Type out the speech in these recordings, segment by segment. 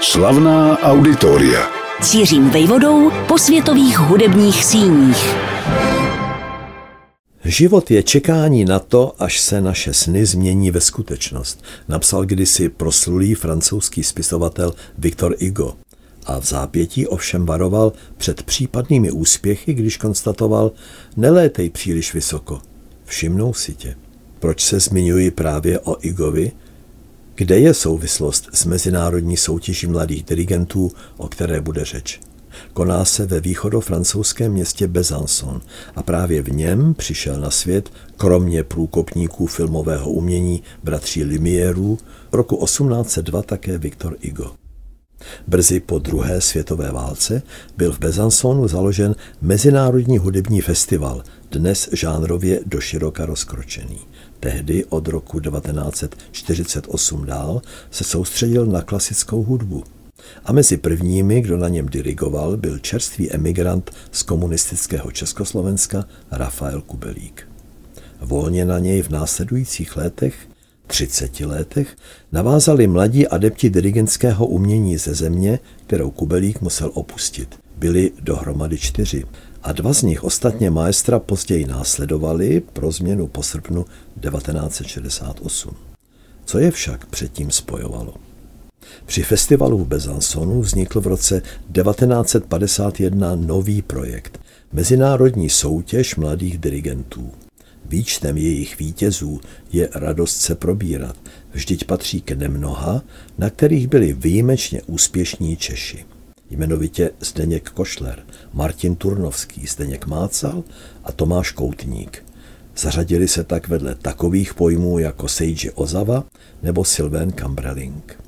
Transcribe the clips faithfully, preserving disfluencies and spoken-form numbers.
Slavná auditoria. Cířím vejvodou po světových hudebních síních. Život je čekání na to, až se naše sny změní ve skutečnost, napsal kdysi proslulý francouzský spisovatel Victor Hugo. A v zápětí ovšem varoval před případnými úspěchy, když konstatoval: nelétej příliš vysoko, všimnou si tě. Proč se zmiňuji právě o Hugovi? Kde je souvislost s mezinárodní soutěží mladých dirigentů, o které bude řeč? Koná se ve východofrancouzském městě Besançon a právě v něm přišel na svět, kromě průkopníků filmového umění bratří Lumiérů, roku osmnáct set dva také Victor Hugo. Brzy po druhé světové válce byl v Besançonu založen Mezinárodní hudební festival, dnes žánrově doširoka rozkročený. Tehdy od roku devatenáct set čtyřicet osm dál se soustředil na klasickou hudbu. A mezi prvními, kdo na něm dirigoval, byl čerstvý emigrant z komunistického Československa Rafael Kubelík. Volně na něj v následujících letech, třiceti letech, navázali mladí adepti dirigentského umění ze země, kterou Kubelík musel opustit. Byli dohromady čtyři a dva z nich ostatně maestra později následovali pro změnu po srpnu devatenáct set šedesát osm. Co je však předtím spojovalo? Při festivalu v Besançonu vznikl v roce devatenáct set padesát jedna nový projekt, Mezinárodní soutěž mladých dirigentů. Výčtem jejich vítězů je radost se probírat, vždyť patří k nemnoha, na kterých byli výjimečně úspěšní Češi. Jmenovitě Zdeněk Košler, Martin Turnovský, Zdeněk Mácal a Tomáš Koutník. Zařadili se tak vedle takových pojmů jako Seiji Ozawa nebo Sylvain Cambreling.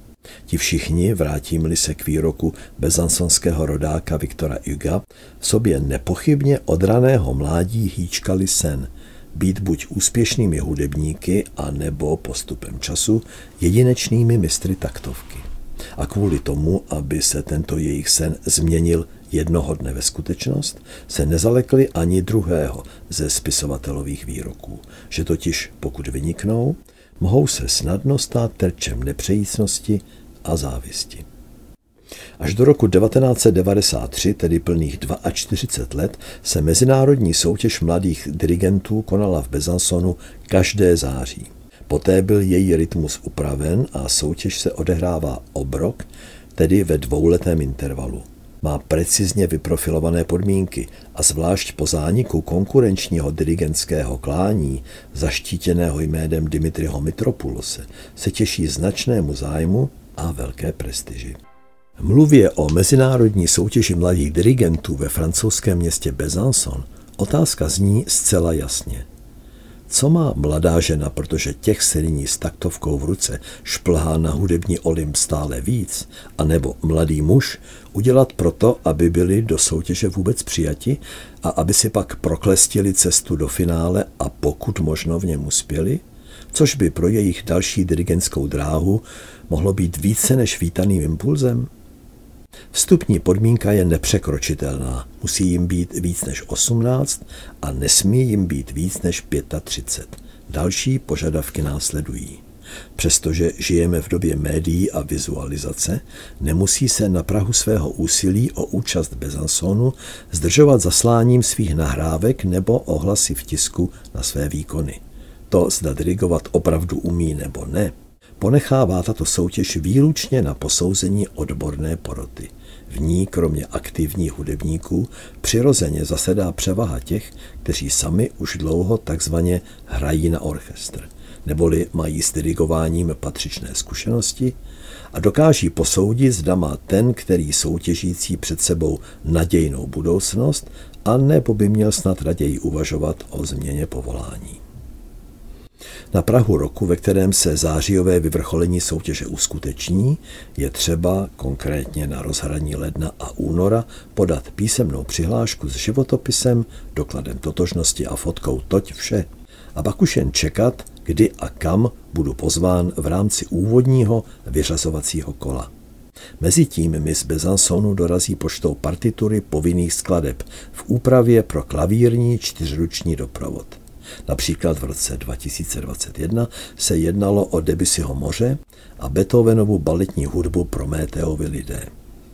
Ti všichni, vrátím-li se k výroku besançonského rodáka Victora Huga, v sobě nepochybně od raného mládí hýčkali sen, být buď úspěšnými hudebníky, a nebo postupem času jedinečnými mistry taktovky. A kvůli tomu, aby se tento jejich sen změnil jednoho dne ve skutečnost, se nezalekli ani druhého ze spisovatelových výroků, že totiž pokud vyniknou, mohou se snadno stát terčem nepřejícnosti a závisti. Až do roku devatenáct set devadesát tři, tedy plných čtyřicet dva let, se mezinárodní soutěž mladých dirigentů konala v Besançonu každé září. Poté byl její rytmus upraven a soutěž se odehrává ob rok, tedy ve dvouletém intervalu. Má precizně vyprofilované podmínky a zvlášť po zániku konkurenčního dirigentského klání, zaštítěného jménem Dimitriho Mitropulose, se těší značnému zájmu a velké prestiži. Mluvě o mezinárodní soutěži mladých dirigentů ve francouzském městě Besançon otázka zní zcela jasně. Co má mladá žena, protože těch se nyní s taktovkou v ruce šplhá na hudební olymp stále víc, anebo mladý muž udělat proto, aby byli do soutěže vůbec přijati a aby si pak proklestili cestu do finále a pokud možno v něm uspěli, což by pro jejich další dirigentskou dráhu mohlo být více než vítaným impulzem? Vstupní podmínka je nepřekročitelná, musí jim být víc než osmnáct a nesmí jim být víc než třicet pět. Další požadavky následují. Přestože žijeme v době médií a vizualizace, nemusí se na prahu svého úsilí o účast Besançonu zdržovat zasláním svých nahrávek nebo ohlasy v tisku na své výkony. To, zda dirigovat opravdu umí nebo ne, ponechává tato soutěž výlučně na posouzení odborné poroty. V ní, kromě aktivních hudebníků, přirozeně zasedá převaha těch, kteří sami už dlouho takzvaně hrají na orchestr, neboli mají s dirigováním patřičné zkušenosti a dokáží posoudit, zda má ten, který soutěžící před sebou nadějnou budoucnost, a nebo by měl snad raději uvažovat o změně povolání. Na prahu roku, ve kterém se zářijové vyvrcholení soutěže uskuteční, je třeba, konkrétně na rozhraní ledna a února, podat písemnou přihlášku s životopisem, dokladem totožnosti a fotkou toť vše. A pak už jen čekat, kdy a kam budu pozván v rámci úvodního vyřazovacího kola. Mezitím mi z Besançonu dorazí poštou partitury povinných skladeb v úpravě pro klavírní čtyřruční doprovod. Například v roce dva tisíce dvacet jedna se jednalo o Debussyho Moře a Beethovenovu baletní hudbu Prométeovi lidé.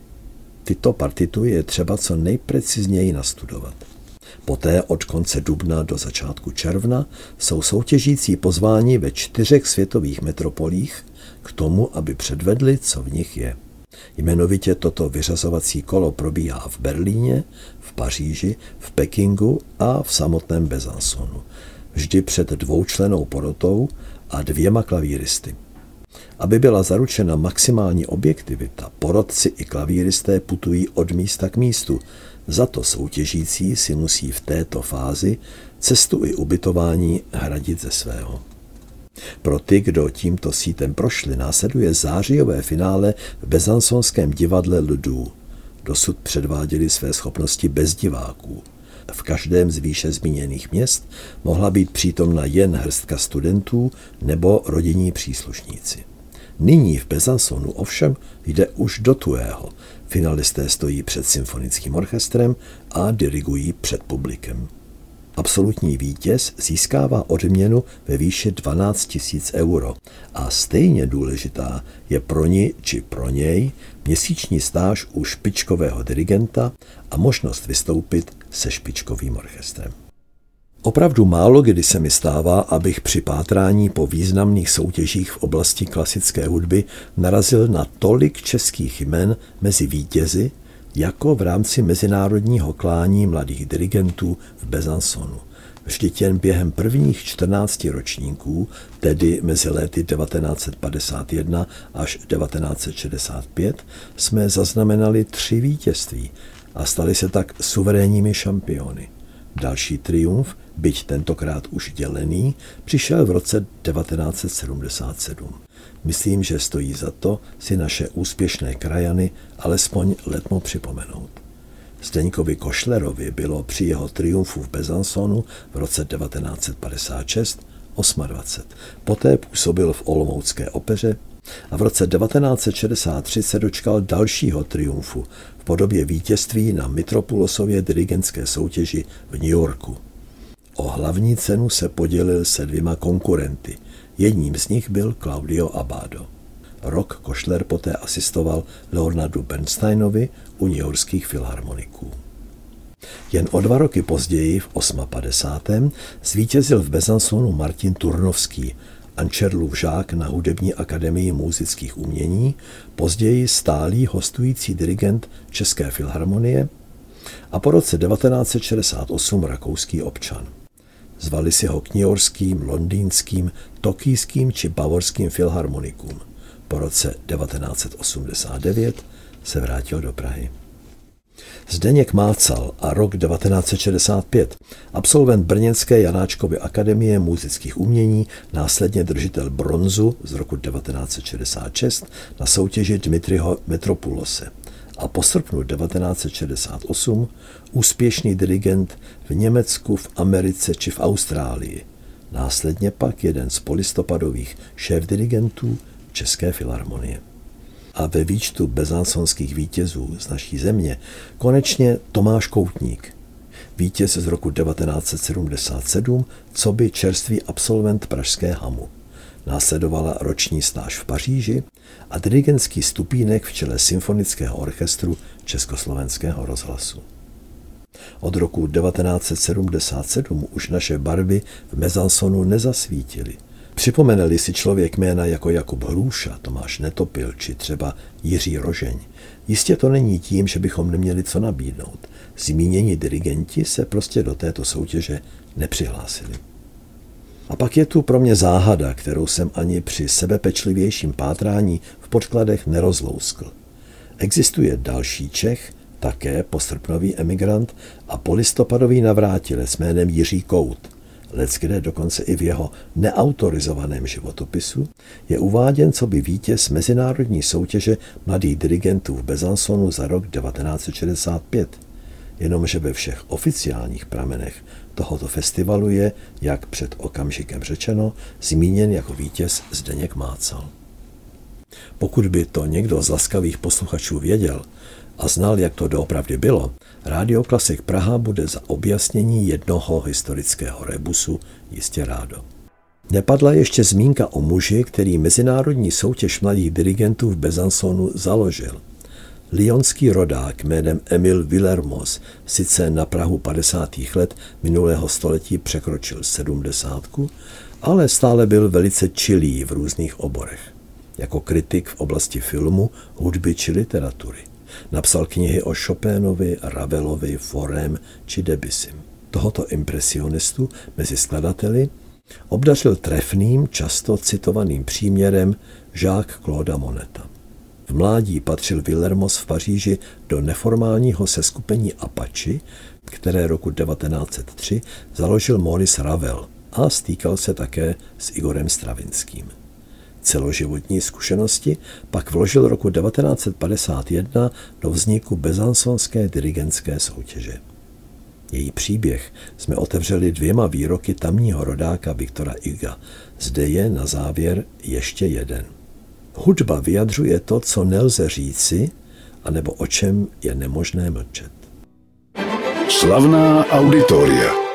Tyto partitury je třeba co nejprecizněji nastudovat. Poté od konce dubna do začátku června jsou soutěžící pozváni ve čtyřech světových metropolích k tomu, aby předvedli, co v nich je. Jmenovitě toto vyřazovací kolo probíhá v Berlíně, v Paříži, v Pekingu a v samotném Besanconu. Vždy před dvoučlennou porotou a dvěma klavíristy. Aby byla zaručena maximální objektivita, porotci i klavíristé putují od místa k místu. Za to soutěžící si musí v této fázi cestu i ubytování hradit ze svého. Pro ty, kdo tímto sítem prošli, následuje zářijové finále v besanconském divadle Ledoux. Dosud předváděli své schopnosti bez diváků. V každém z výše zmíněných měst mohla být přítomna jen hrstka studentů nebo rodinní příslušníci. Nyní v Besanconu ovšem jde už do tuého. Finalisté stojí před symfonickým orchestrem a dirigují před publikem. Absolutní vítěz získává odměnu ve výši dvanáct tisíc euro a stejně důležitá je pro ní či pro něj měsíční stáž u špičkového dirigenta a možnost vystoupit se špičkovým orchestrem. Opravdu málo kdy se mi stává, abych při pátrání po významných soutěžích v oblasti klasické hudby narazil na tolik českých jmen mezi vítězi, jako v rámci mezinárodního klání mladých dirigentů v Besanconu. Vždyť jen během prvních čtrnácti ročníků, tedy mezi léty devatenáct set padesát jedna až devatenáct set šedesát pět, jsme zaznamenali tři vítězství a stali se tak suverénními šampiony. Další triumf, byť tentokrát už dělený, přišel v roce devatenáct set sedmdesát sedm. Myslím, že stojí za to si naše úspěšné krajany alespoň letmo připomenout. Zdeňkovi Košlerovi bylo při jeho triumfu v Besanconu v roce devatenáct set padesát šest dvacet osm. Poté působil v Olomoucké opeře a v roce devatenáct set šedesát tři se dočkal dalšího triumfu v podobě vítězství na Mitropulosově dirigentské soutěži v New Yorku. O hlavní cenu se podělil se dvěma konkurenty. Jedním z nich byl Claudio Abbado. Rok Košler poté asistoval Leonardu Bernsteinovi u newyorských filharmoniků. Jen o dva roky později, v padesátém osmém zvítězil v Besanconu Martin Turnovský, Ančerlův žák na Hudební akademii múzických umění, později stálý hostující dirigent České filharmonie a po roce devatenáct set šedesát osm rakouský občan. Zvali si ho k newyorským, londýnským, tokijským či bavorským filharmonikům. Po roce devatenáct set osmdesát devět se vrátil do Prahy. Zdeněk Mácal a rok devatenáct set šedesát pět, absolvent brněnské Janáčkovy akademie múzických umění, následně držitel bronzu z roku devatenáct set šedesát šest na soutěži Dmitriho Metropulose a po srpnu devatenáct set šedesát osm úspěšný dirigent v Německu, v Americe či v Austrálii. Následně pak jeden z polistopadových šéfdirigentů České filharmonie. A ve výčtu besanconských vítězů z naší země konečně Tomáš Koutník, vítěz z roku devatenáct set sedmdesát sedm, coby čerstvý absolvent pražské Hamu. Následovala roční stáž v Paříži a dirigentský stupínek v čele symfonického orchestru Československého rozhlasu. Od roku devatenáct set sedmdesát sedm už naše barvy v Besanconu nezasvítily. Připomene-li si člověk jména jako Jakub Hrůša, Tomáš Netopil či třeba Jiří Rožeň, jistě to není tím, že bychom neměli co nabídnout. Zmínění dirigenti se prostě do této soutěže nepřihlásili. A pak je tu pro mě záhada, kterou jsem ani při sebepečlivějším pátrání v podkladech nerozlouskl. Existuje další Čech, také posrpnový emigrant a polistopadový navrátilec jménem Jiří Kout. Leckde dokonce i v jeho neautorizovaném životopisu je uváděn coby vítěz mezinárodní soutěže mladých dirigentů v Besanconu za rok devatenáct set šedesát pět. Jenomže ve všech oficiálních pramenech tohoto festivalu je, jak před okamžikem řečeno, zmíněn jako vítěz Zdeněk Mácal. Pokud by to někdo z laskavých posluchačů věděl, a znal, jak to doopravdy bylo, Rádio Klasik Praha bude za objasnění jednoho historického rebusu jistě rádo. Nepadla ještě zmínka o muži, který mezinárodní soutěž mladých dirigentů v Besançonu založil. Lyonský rodák jménem Emil Villermoz sice na prahu padesátých let minulého století překročil sedmdesátku, ale stále byl velice čilý v různých oborech. Jako kritik v oblasti filmu, hudby či literatury. Napsal knihy o Chopinovi, Ravelovi, Forem či Debussym. Tohoto impresionistu mezi skladateli obdařil trefným, často citovaným příměrem Jacques Clauda Moneta. V mládí patřil Villermoz v Paříži do neformálního seskupení Apache, které roku devatenáct set tři založil Maurice Ravel a stýkal se také s Igorem Stravinským. Celoživotní zkušenosti pak vložil roku devatenáct set padesát jedna do vzniku Besançonské dirigentské soutěže. Její příběh jsme otevřeli dvěma výroky tamního rodáka Victora Huga. Zde je na závěr ještě jeden. Hudba vyjadřuje to, co nelze říci, anebo o čem je nemožné mlčet. Slavná auditoria.